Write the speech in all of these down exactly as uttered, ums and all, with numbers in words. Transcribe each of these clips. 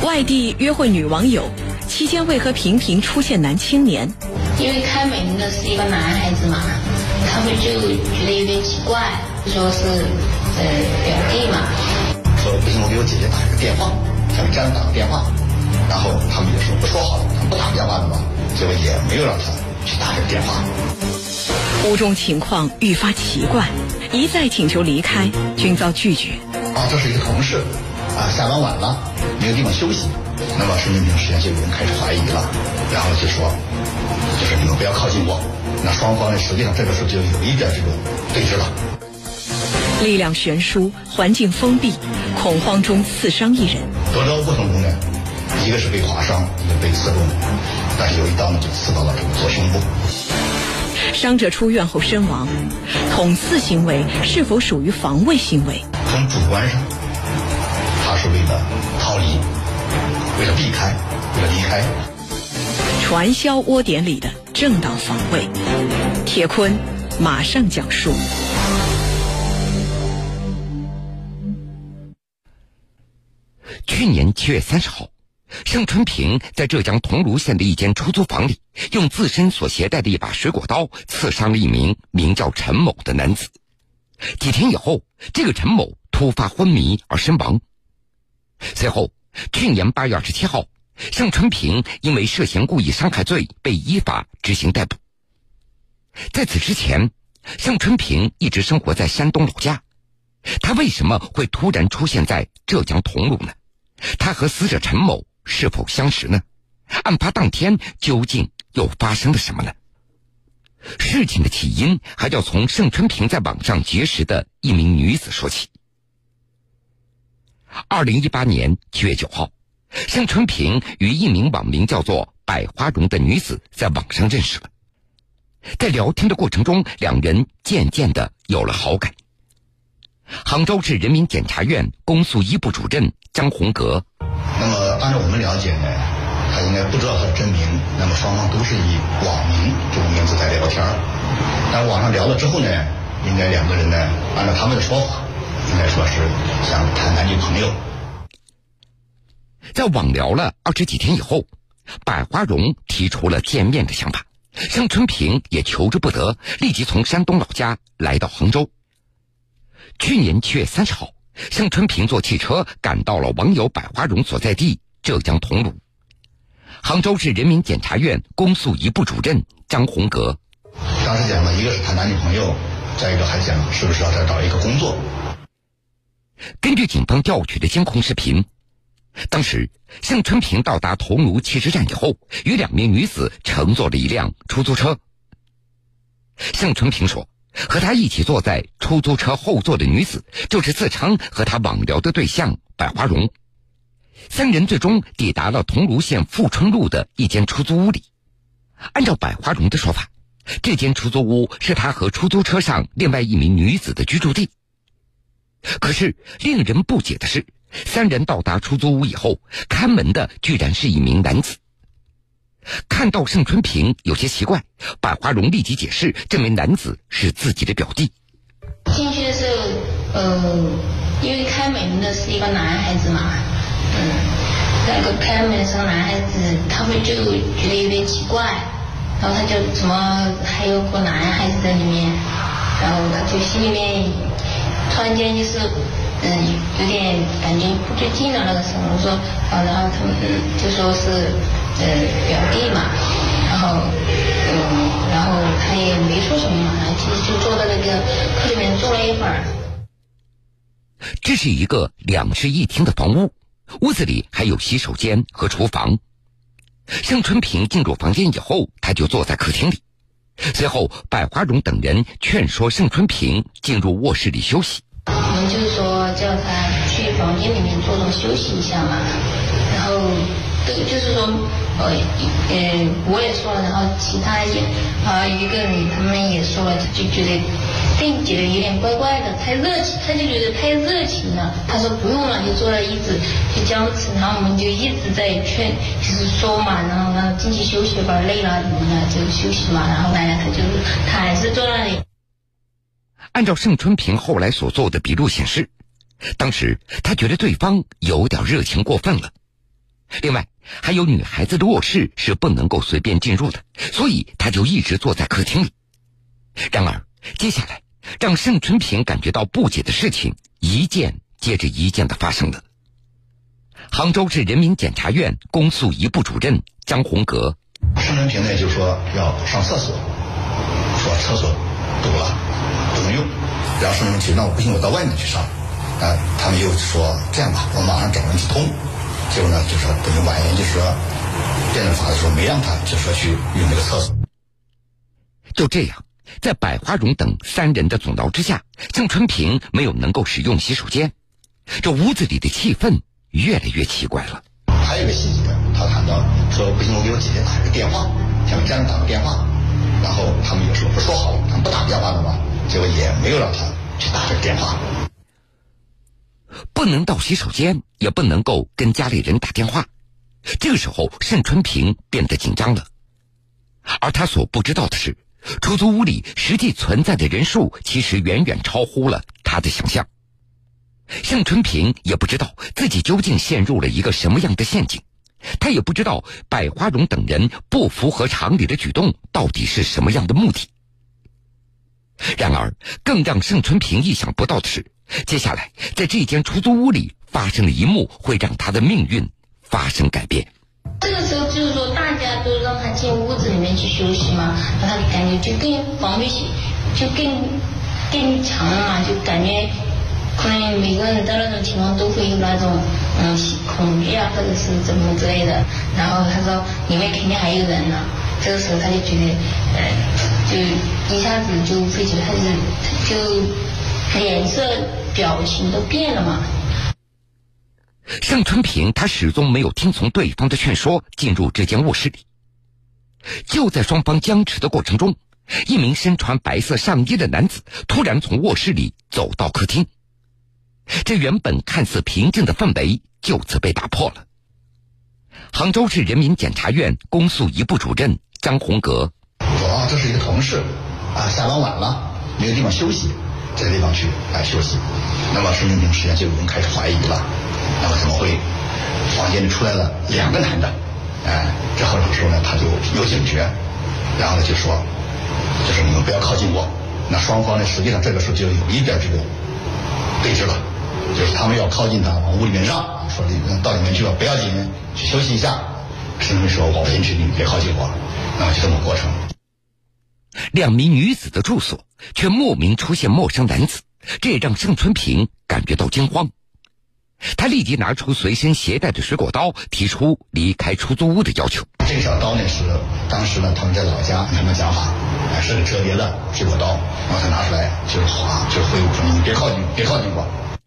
外地约会女网友期间为何频频出现男青年？ 因为开门的是一个男孩子嘛，他们就觉得有点奇怪，说是呃表弟嘛， 说不行，我给我姐姐打一个电话，想给家人打个电话，然后他们也说不说好了，他们不打电话的嘛，结果也没有让他去打这个电话。 屋中情况愈发奇怪，一再请求离开，均遭拒绝。 啊，这是一个同事，啊，下班晚了，没有地方休息，那么神经病实验就有人开始怀疑了，然后就说，就是你们不要靠近我。那双方呢，实际上这个时候就有一点这种对峙了。 力量悬殊，环境封闭，恐慌中刺伤一人。 夺刀过程中呢，一个是被划伤，一个被刺中，但是有一刀呢就刺到了这个左胸部。 伤者出院后身亡，捅刺行为是否属于防卫行为？ 从主观上，他是为了逃离，为了避开，为了离开。 传销窝点里的正当防卫，铁坤马上讲述。 去年七月三十号，盛春平在浙江桐庐县的一间出租房里，用自身所携带的一把水果刀刺伤了一名名叫陈某的男子。几天以后，这个陈某突发昏迷而身亡。随后，去年八月二十七号，盛春平因为涉嫌故意伤害罪被依法执行逮捕。在此之前，盛春平一直生活在山东老家，他为什么会突然出现在浙江桐庐呢？他和死者陈某是否相识呢？案发当天究竟又发生了什么呢？事情的起因还要从盛春平在网上结识的一名女子说起。二零一八年七月九号，盛春平与一名网名叫做百花荣的女子在网上认识了。在聊天的过程中，两人渐渐的有了好感。杭州市人民检察院公诉一部主任张洪格， 那么按照我们了解呢，他应该不知道他的真名，那么双方都是以网名这种名字在聊天，但网上聊了之后呢，应该两个人呢，按照他们的说法，应该说是想谈男女朋友。 在网聊了二十几天以后，百花荣提出了见面的想法，盛春平也求之不得，立即从山东老家来到杭州。去年七月三十号，盛春平坐汽车赶到了网友百花荣所在地浙江桐庐。杭州市人民检察院公诉一部主任张洪格， 当时讲了，一个是谈男女朋友，再一个还讲是不是要再找一个工作。 根据警方调取的监控视频，当时盛春平到达桐庐汽车站以后，与两名女子乘坐了一辆出租车。盛春平说，和他一起坐在出租车后座的女子就是自称和他网聊的对象百花荣。三人最终抵达了桐庐县富春路的一间出租屋里。按照百花荣的说法，这间出租屋是他和出租车上另外一名女子的居住地。可是令人不解的是，三人到达出租屋以后，看门的居然是一名男子。看到盛春平有些奇怪，百花荣立即解释，这名男子是自己的表弟。 进去的时候，呃，因为开门的是一个男孩子嘛，嗯，那个开门的时候，男孩子他会就觉得有点奇怪，然后他就怎么还有个男孩子在里面，然后他就心里面突然间就是嗯有点感觉不对劲了那个时候，我说啊，然后他们就说是呃表弟嘛，然后嗯然后他也没说什么嘛，其实就坐在那个客里面坐了一会儿。 这是一个两室一厅的房屋，屋子里还有洗手间和厨房。盛春平进入房间以后，他就坐在客厅里。随后百花荣等人劝说盛春平进入卧室里休息。 我们就是说叫他去房间里面坐着休息一下嘛，然后就是说呃呃我也说了，然后其他也啊有一个人他们也说了，就觉得并觉得有点怪怪的，太热情，他就觉得太热情了。他说不用了，就坐了椅子就僵持，然后我们就一直在劝，就是说嘛，然后然后进去休息吧，累了怎么的就休息嘛，然后呢他就他还是坐那里。 按照盛春平后来所做的笔录显示，当时他觉得对方有点热情过分了。 另外还有女孩子的卧室是不能够随便进入的，所以他就一直坐在客厅里。然而接下来让盛春平感觉到不解的事情一件接着一件的发生了。杭州市人民检察院公诉一部主任张洪格， 盛春平呢就说要上厕所，说厕所堵了不能用，然后盛春平那我不行，我到外面去上。啊，他们又说这样吧，我马上找人去通。结果呢，就说等于婉言就说辩论法的时候没让他就说去用那个厕所。 就这样，在百花荣等三人的阻挠之下，盛春平没有能够使用洗手间，这屋子里的气氛越来越奇怪了。 还有一个细节，他谈到说不行，我给我姐姐打个电话，向家人打个电话，然后他们也说不说好了，他们不打电话的嘛，结果也没有让他去打这个电话。 不能到洗手间，也不能够跟家里人打电话。这个时候盛春平变得紧张了，而他所不知道的是，出租屋里实际存在的人数其实远远超乎了他的想象。盛春平也不知道自己究竟陷入了一个什么样的陷阱，他也不知道百花荣等人不符合常理的举动到底是什么样的目的。然而更让盛春平意想不到的是，接下来在这间出租屋里发生了一幕会让他的命运发生改变。 这个时候就是说大家都让他进屋子里面去休息嘛，那他感觉就更防备心就更更强了嘛，就感觉可能每个人到那种情况都会有那种嗯恐惧啊，或者是怎么之类的。然后他说里面肯定还有人呢，这个时候他就觉得呃就一下子就会觉得他是就脸色表情都变了嘛。 盛春平他始终没有听从对方的劝说，进入这间卧室里。就在双方僵持的过程中，一名身穿白色上衣的男子突然从卧室里走到客厅，这原本看似平静的氛围就此被打破了。杭州市人民检察院公诉一部主任张洪格说啊，这是一个同事啊，下班晚了没有地方休息，这个地方去来休息。那么盛春平实际上就有人开始怀疑了，那么怎么会房间里出来了两个男的？哎，之后这个时候呢，他就有警觉，然后呢就说，就是你们不要靠近我。那双方呢，实际上这个时候就有一点这个对峙了，就是他们要靠近他，往屋里面让，说到里面去吧，不要紧，去休息一下。盛春平说我不进去，你们别靠近我。那么就这么过程。 两名女子的住所却莫名出现陌生男子，这也让盛春平感觉到惊慌。他立即拿出随身携带的水果刀，提出离开出租屋的要求。 这条刀呢是当时呢他们在老家他们讲法，哎是个折叠的水果刀，然后他拿出来就是划，就是挥舞说你别靠近，别靠近我。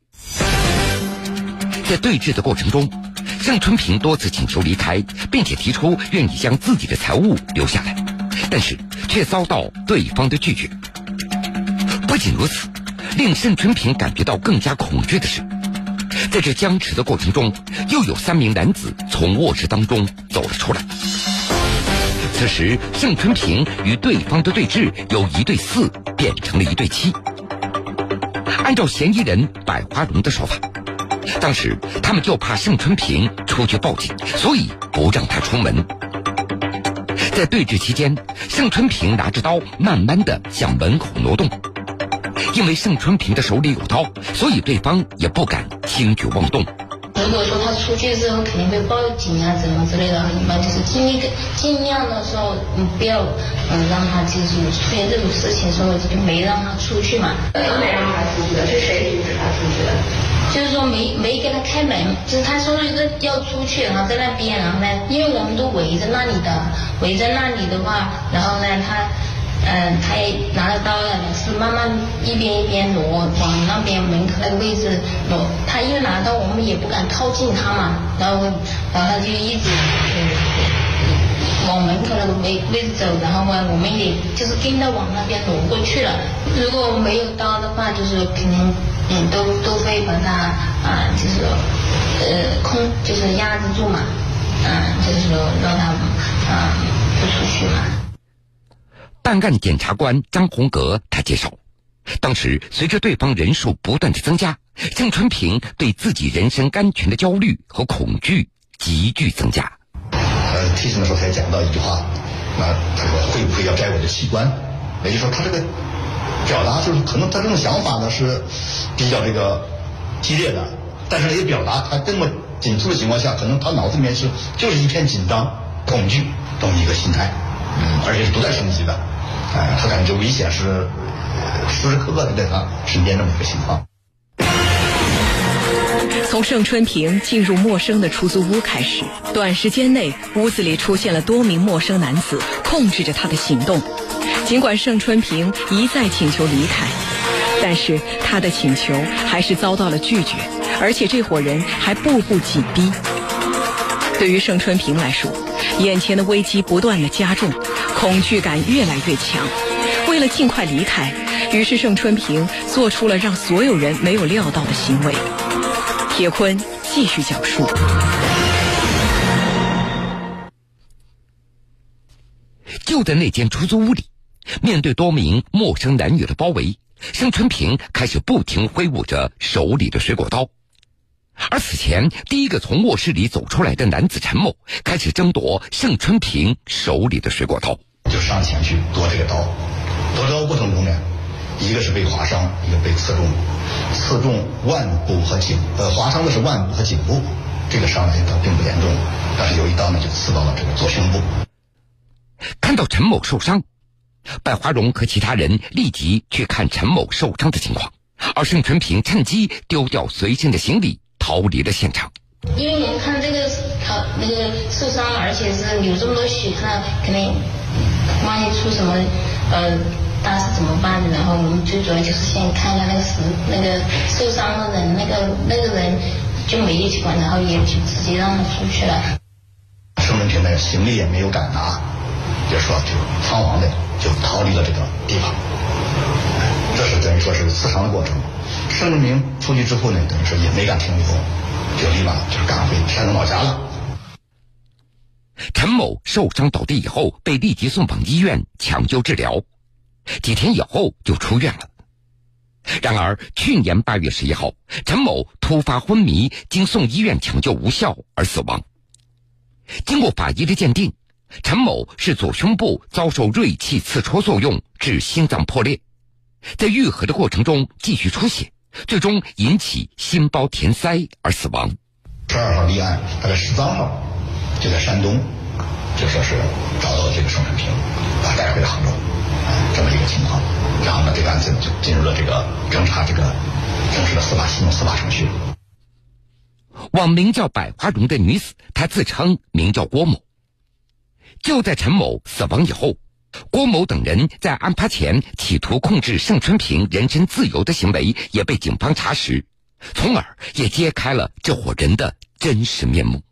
在对峙的过程中，盛春平多次请求离开，并且提出愿意将自己的财物留下来，但是却遭到对方的拒绝。不仅如此，令盛春平感觉到更加恐惧的是，在这僵持的过程中，又有三名男子从卧室当中走了出来。此时盛春平与对方的对峙由一对四变成了一对七。按照嫌疑人百花荣的说法，当时他们就怕盛春平出去报警，所以不让他出门。在对峙期间，盛春平拿着刀慢慢地向门口挪动。因为盛春平的手里有刀，所以对方也不敢轻举妄动。 如果说他出去之后肯定会报警啊，怎么之类的，一般就是尽力尽量的时候，嗯，不要嗯让他就是出现这种事情，所以就没让他出去嘛。 没让他出去的，是谁阻止他出去的？ 就是说没没给他开门，就是他说一个要出去，然后在那边，然后呢，因为我们都围着那里的，围着那里的话，然后呢他。嗯，他也拿着刀了，是慢慢一边一边挪往那边门口那个位置挪。他因为拿刀，我们也不敢靠近他嘛，然后然后他就一直嗯往门口那个位位置走，然后呢，我们也就是跟着往那边挪过去了。如果没有刀的话，就是肯定嗯都都会把他啊、呃，就是说呃控就是压制住嘛，嗯、呃，就是说让他啊、呃、不出去嘛。 办案检察官张洪格他介绍，当时随着对方人数不断的增加，盛春平对自己人身安全的焦虑和恐惧急剧增加。 呃，提审的时候他也讲到一句话，那他说会不会要摘我的器官？也就是说，他这个表达就是可能他这种想法呢是比较这个激烈的，但是也表达他这么紧促的情况下，可能他脑子里面是就是一片紧张、恐惧这么一个心态，嗯，而且是不断升级的，哎、呃，他感觉危险是时时刻刻的在他身边这么一个情况。 从盛春平进入陌生的出租屋开始，短时间内屋子里出现了多名陌生男子，控制着他的行动。尽管盛春平一再请求离开，但是他的请求还是遭到了拒绝，而且这伙人还步步紧逼。对于盛春平来说，眼前的危机不断的加重，恐惧感越来越强。为了尽快离开，于是盛春平做出了让所有人没有料到的行为。铁坤继续讲述。 就在那间出租屋里，面对多名陌生男女的包围，盛春平开始不停挥舞着手里的水果刀。而此前第一个从卧室里走出来的男子陈某开始争夺盛春平手里的水果刀， 就上前去夺这个刀。夺刀过程中呢，一个是被划伤，一个被刺中，刺中腕部和颈，呃，划伤的是腕部和颈部，这个伤呢倒并不严重，但是有一刀呢就刺到了这个左胸部。 看到陈某受伤，白华荣和其他人立即去看陈某受伤的情况，而盛春平趁机丢掉随身的行李，逃离了现场。 因为我们看这个他那个受伤，而且是流这么多血，看到肯定万一出什么呃大事怎么办？然后我们最主要就是先看一下那个死那个受伤的人，那个那个人就没力气管，然后也就直接让他出去了。 盛春平的行李也没有敢拿，就是说就仓皇的就逃离了这个地方。这是等于说是刺伤的过程。盛春平出去之后呢，等于说也没敢停留，就立马就是赶回山东老家了。 陈某受伤倒地以后，被立即送往医院抢救治疗，几天以后就出院了。然而去年八月十一号，陈某突发昏迷，经送医院抢救无效而死亡。经过法医的鉴定，陈某是左胸部遭受锐器刺戳作用致心脏破裂，在愈合的过程中继续出血，最终引起心包填塞而死亡。 十二号立案，大概十三号就在山东，就说是找到了这个盛春平，把他带回了杭州，这么一个情况。然后呢，这个案子就进入了这个侦查这个正式的司法系统司法程序。 网名叫百花荣的女子，她自称名叫郭某。就在陈某死亡以后，郭某等人在案发前企图控制盛春平人身自由的行为也被警方查实，从而也揭开了这伙人的真实面目。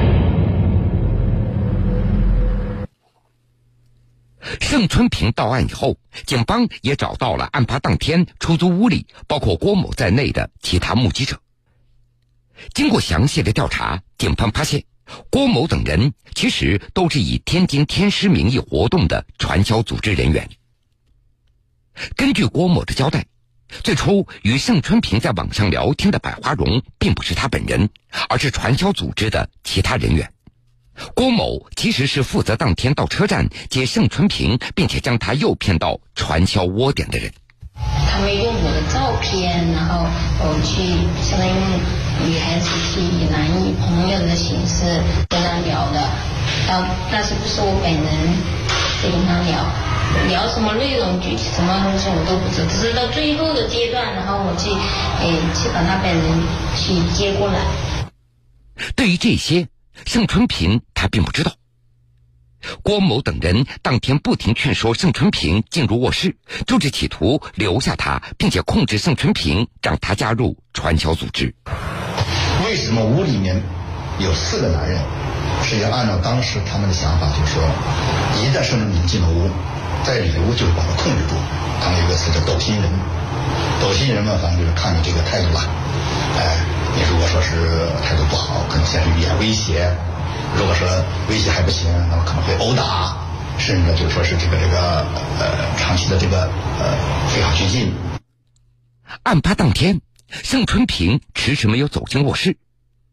盛春平到案以后，警方也找到了案发当天出租屋里包括郭某在内的其他目击者。经过详细的调查，警方发现郭某等人其实都是以天津天狮名义活动的传销组织人员。根据郭某的交代，最初与盛春平在网上聊天的百花荣并不是他本人，而是传销组织的其他人员。郭某其实是负责当天到车站接盛春平，并且将他诱骗到传销窝点的人。 他们用我的照片，然后我去相当于用女孩子去以男女朋友的形式跟他聊的，然后但是不是我本人去跟他聊，聊什么内容具体什么东西我都不知道，只是到最后的阶段，然后我去诶去把他本人去接过来。 对于这些，盛春平他并不知道。郭某等人当天不停劝说盛春平进入卧室，就是企图留下他，并且控制盛春平，让他加入传销组织。 为什么屋里面有四个男人？实际上按照当时他们的想法，就是说一旦盛春平进了屋，在里屋就是把他控制住。他们有一个词叫斗心人，斗心人嘛，反正就是看你这个态度了。哎，你如果说是态度不好，可能先是语言威胁，如果说威胁还不行，那么可能会殴打，甚至就说是这个这个呃长期的这个呃非法拘禁。 案发当天，盛春平迟迟没有走进卧室，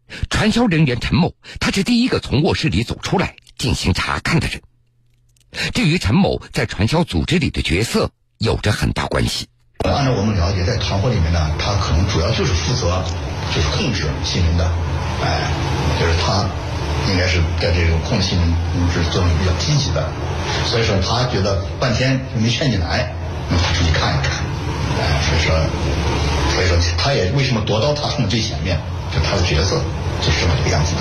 传销人员陈某，他是第一个从卧室里走出来进行查看的人。这与陈某在传销组织里的角色有着很大关系。 按照我们了解，在团伙里面呢，他可能主要就是负责就是控制新人的，哎，就是他应该是在这种控制新人是作用比较积极的，所以说他觉得半天没劝进来，那他出去看一看，哎，所以说所以说他也为什么夺刀他冲最前面，就他的角色就是这么一个样子的。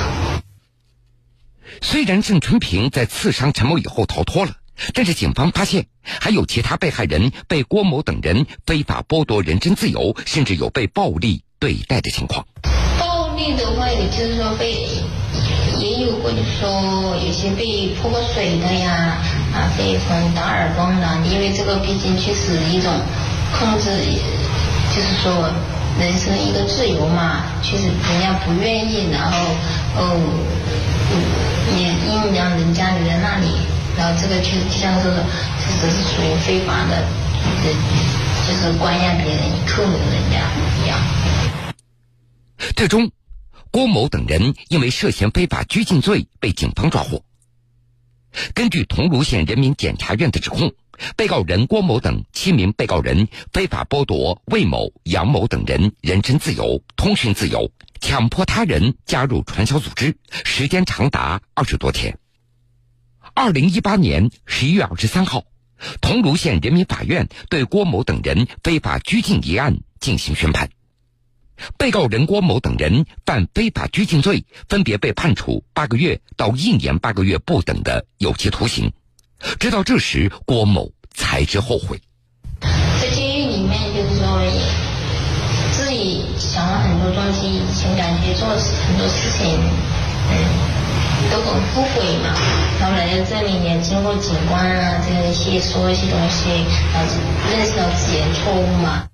虽然盛春平在刺伤陈某以后逃脱了，但是警方发现还有其他被害人被郭某等人非法剥夺人身自由，甚至有被暴力对待的情况。 暴力的话，也就是说被也有过，就是说有些被泼过水的呀，啊，被风打耳光的，因为这个毕竟确实一种控制，就是说人生一个自由嘛，确实人家不愿意，然后哦，也硬让人家留在那里。然后这个确实就像说的，这是属于非法的，就是关押别人、扣留人家一样。 最终，郭某等人因为涉嫌非法拘禁罪被警方抓获。根据桐庐县人民检察院的指控，被告人郭某等七名被告人非法剥夺魏某、杨某等人人身自由、通讯自由，强迫他人加入传销组织，时间长达二十多天。二零一八年十一月二十三号，桐庐县人民法院对郭某等人非法拘禁一案进行宣判。被告人郭某等人犯非法拘禁罪，分别被判处八个月到一年八个月不等的有期徒刑。直到这时，郭某才知后悔。 在监狱里面，就是说自己想了很多东西，以前感觉做很多事情，嗯。都很后悔嘛，然后来到这里也经过警官啊这样一些说一些东西，然后认识到自己的错误嘛。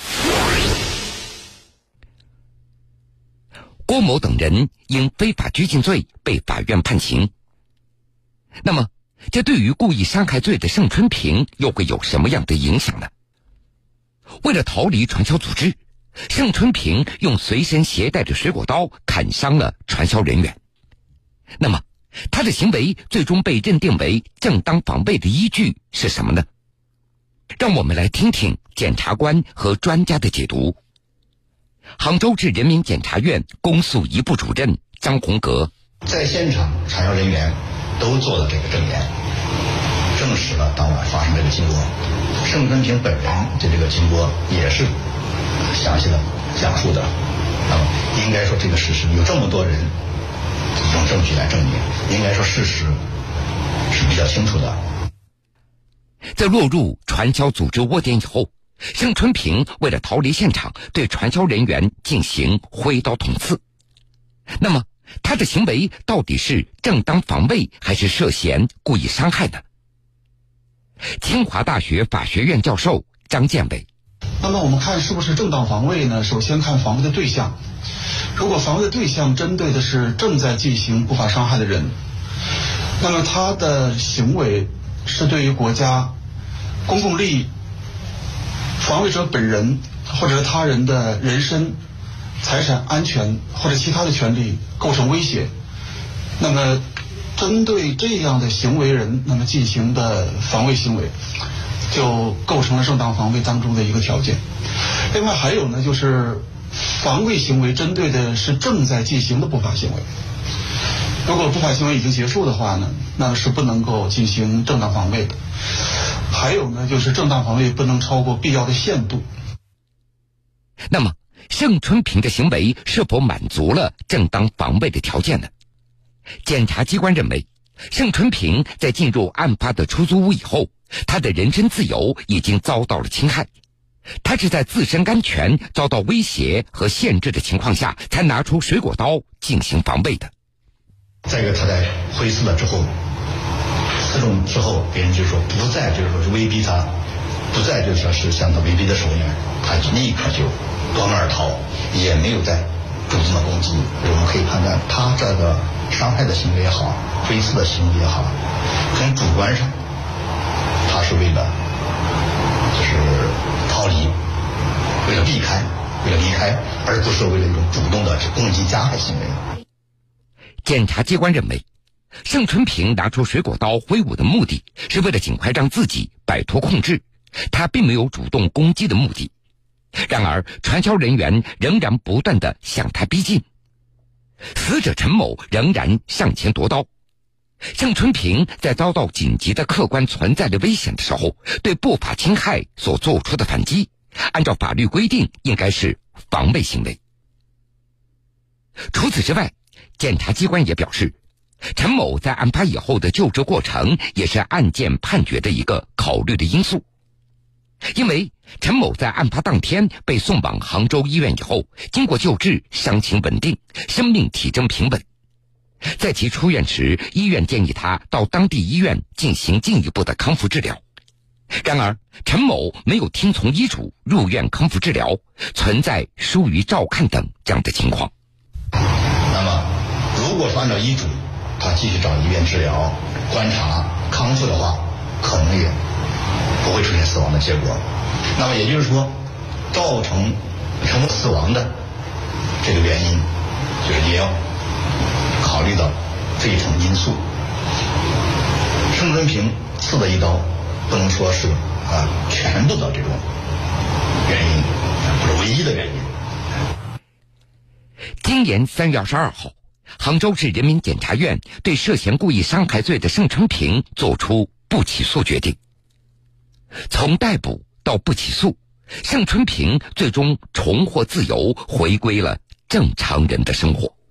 郭某等人因非法拘禁罪被法院判刑。那么，这对于故意伤害罪的盛春平又会有什么样的影响呢？为了逃离传销组织，盛春平用随身携带的水果刀砍伤了传销人员。那么，他的行为最终被认定为正当防卫的依据是什么呢？让我们来听听检察官和专家的解读。杭州市人民检察院公诉一部主任张洪格， 在现场传销人员都做了这个证言，证实了当晚发生这个经过。盛春平本人对这个经过也是详细的讲述的。那么，应该说这个事实有这么多人用证据来证明，应该说事实是比较清楚的。 在落入传销组织窝点以后，盛春平为了逃离现场，对传销人员进行挥刀捅刺。那么，他的行为到底是正当防卫还是涉嫌故意伤害呢？清华大学法学院教授张建伟， 那么我们看是不是正当防卫呢？首先看防卫的对象。如果防卫的对象针对的是正在进行不法伤害的人，那么他的行为是对于国家公共利益、防卫者本人或者是他人的人身、财产安全或者其他的权利构成威胁，那么针对这样的行为人，那么进行的防卫行为就构成了正当防卫当中的一个条件。另外还有呢，就是防卫行为针对的是正在进行的不法行为，如果不法行为已经结束的话呢，那是不能够进行正当防卫的。还有呢，就是正当防卫不能超过必要的限度。 那么盛春平的行为是否满足了正当防卫的条件呢？检察机关认为，盛春平在进入案发的出租屋以后，他的人身自由已经遭到了侵害，他是在自身安全遭到威胁和限制的情况下，才拿出水果刀进行防卫的。 再一个，他在挥刺了之后，刺中之后，别人就说不再就是说是威逼他，不再就是说是向他威逼的时候呢，他立刻就夺门而逃，也没有再主动的攻击。我们可以判断，他这个伤害的行为也好，挥刺的行为也好，从主观上，他是为了就是逃离，为了避开为了离开，而不是为了一种主动的攻击加害行为。 检察机关认为，盛春平拿出水果刀挥舞的目的是为了尽快让自己摆脱控制，他并没有主动攻击的目的。然而传销人员仍然不断地向他逼近，死者陈某仍然向前夺刀。盛春平在遭到紧急的客观存在的危险的时候，对不法侵害所做出的反击，按照法律规定应该是防卫行为。除此之外，检察机关也表示，陈某在案发以后的救治过程也是案件判决的一个考虑的因素。因为陈某在案发当天被送往杭州医院以后，经过救治，伤情稳定，生命体征平稳。在其出院时，医院建议他到当地医院进行进一步的康复治疗。然而陈某没有听从医嘱入院康复治疗，存在疏于照看等这样的情况。 那么如果是按照医嘱他继续找医院治疗观察康复的话，可能也不会出现死亡的结果。那么也就是说，造成陈某死亡的这个原因，就是也要考虑到这一层因素。盛春平刺的一刀，不能说是啊全部的这种原因，不是唯一的原因。 今年三月二十二号，杭州市人民检察院对涉嫌故意伤害罪的盛春平作出不起诉决定。从逮捕到不起诉，盛春平最终重获自由，回归了正常人的生活。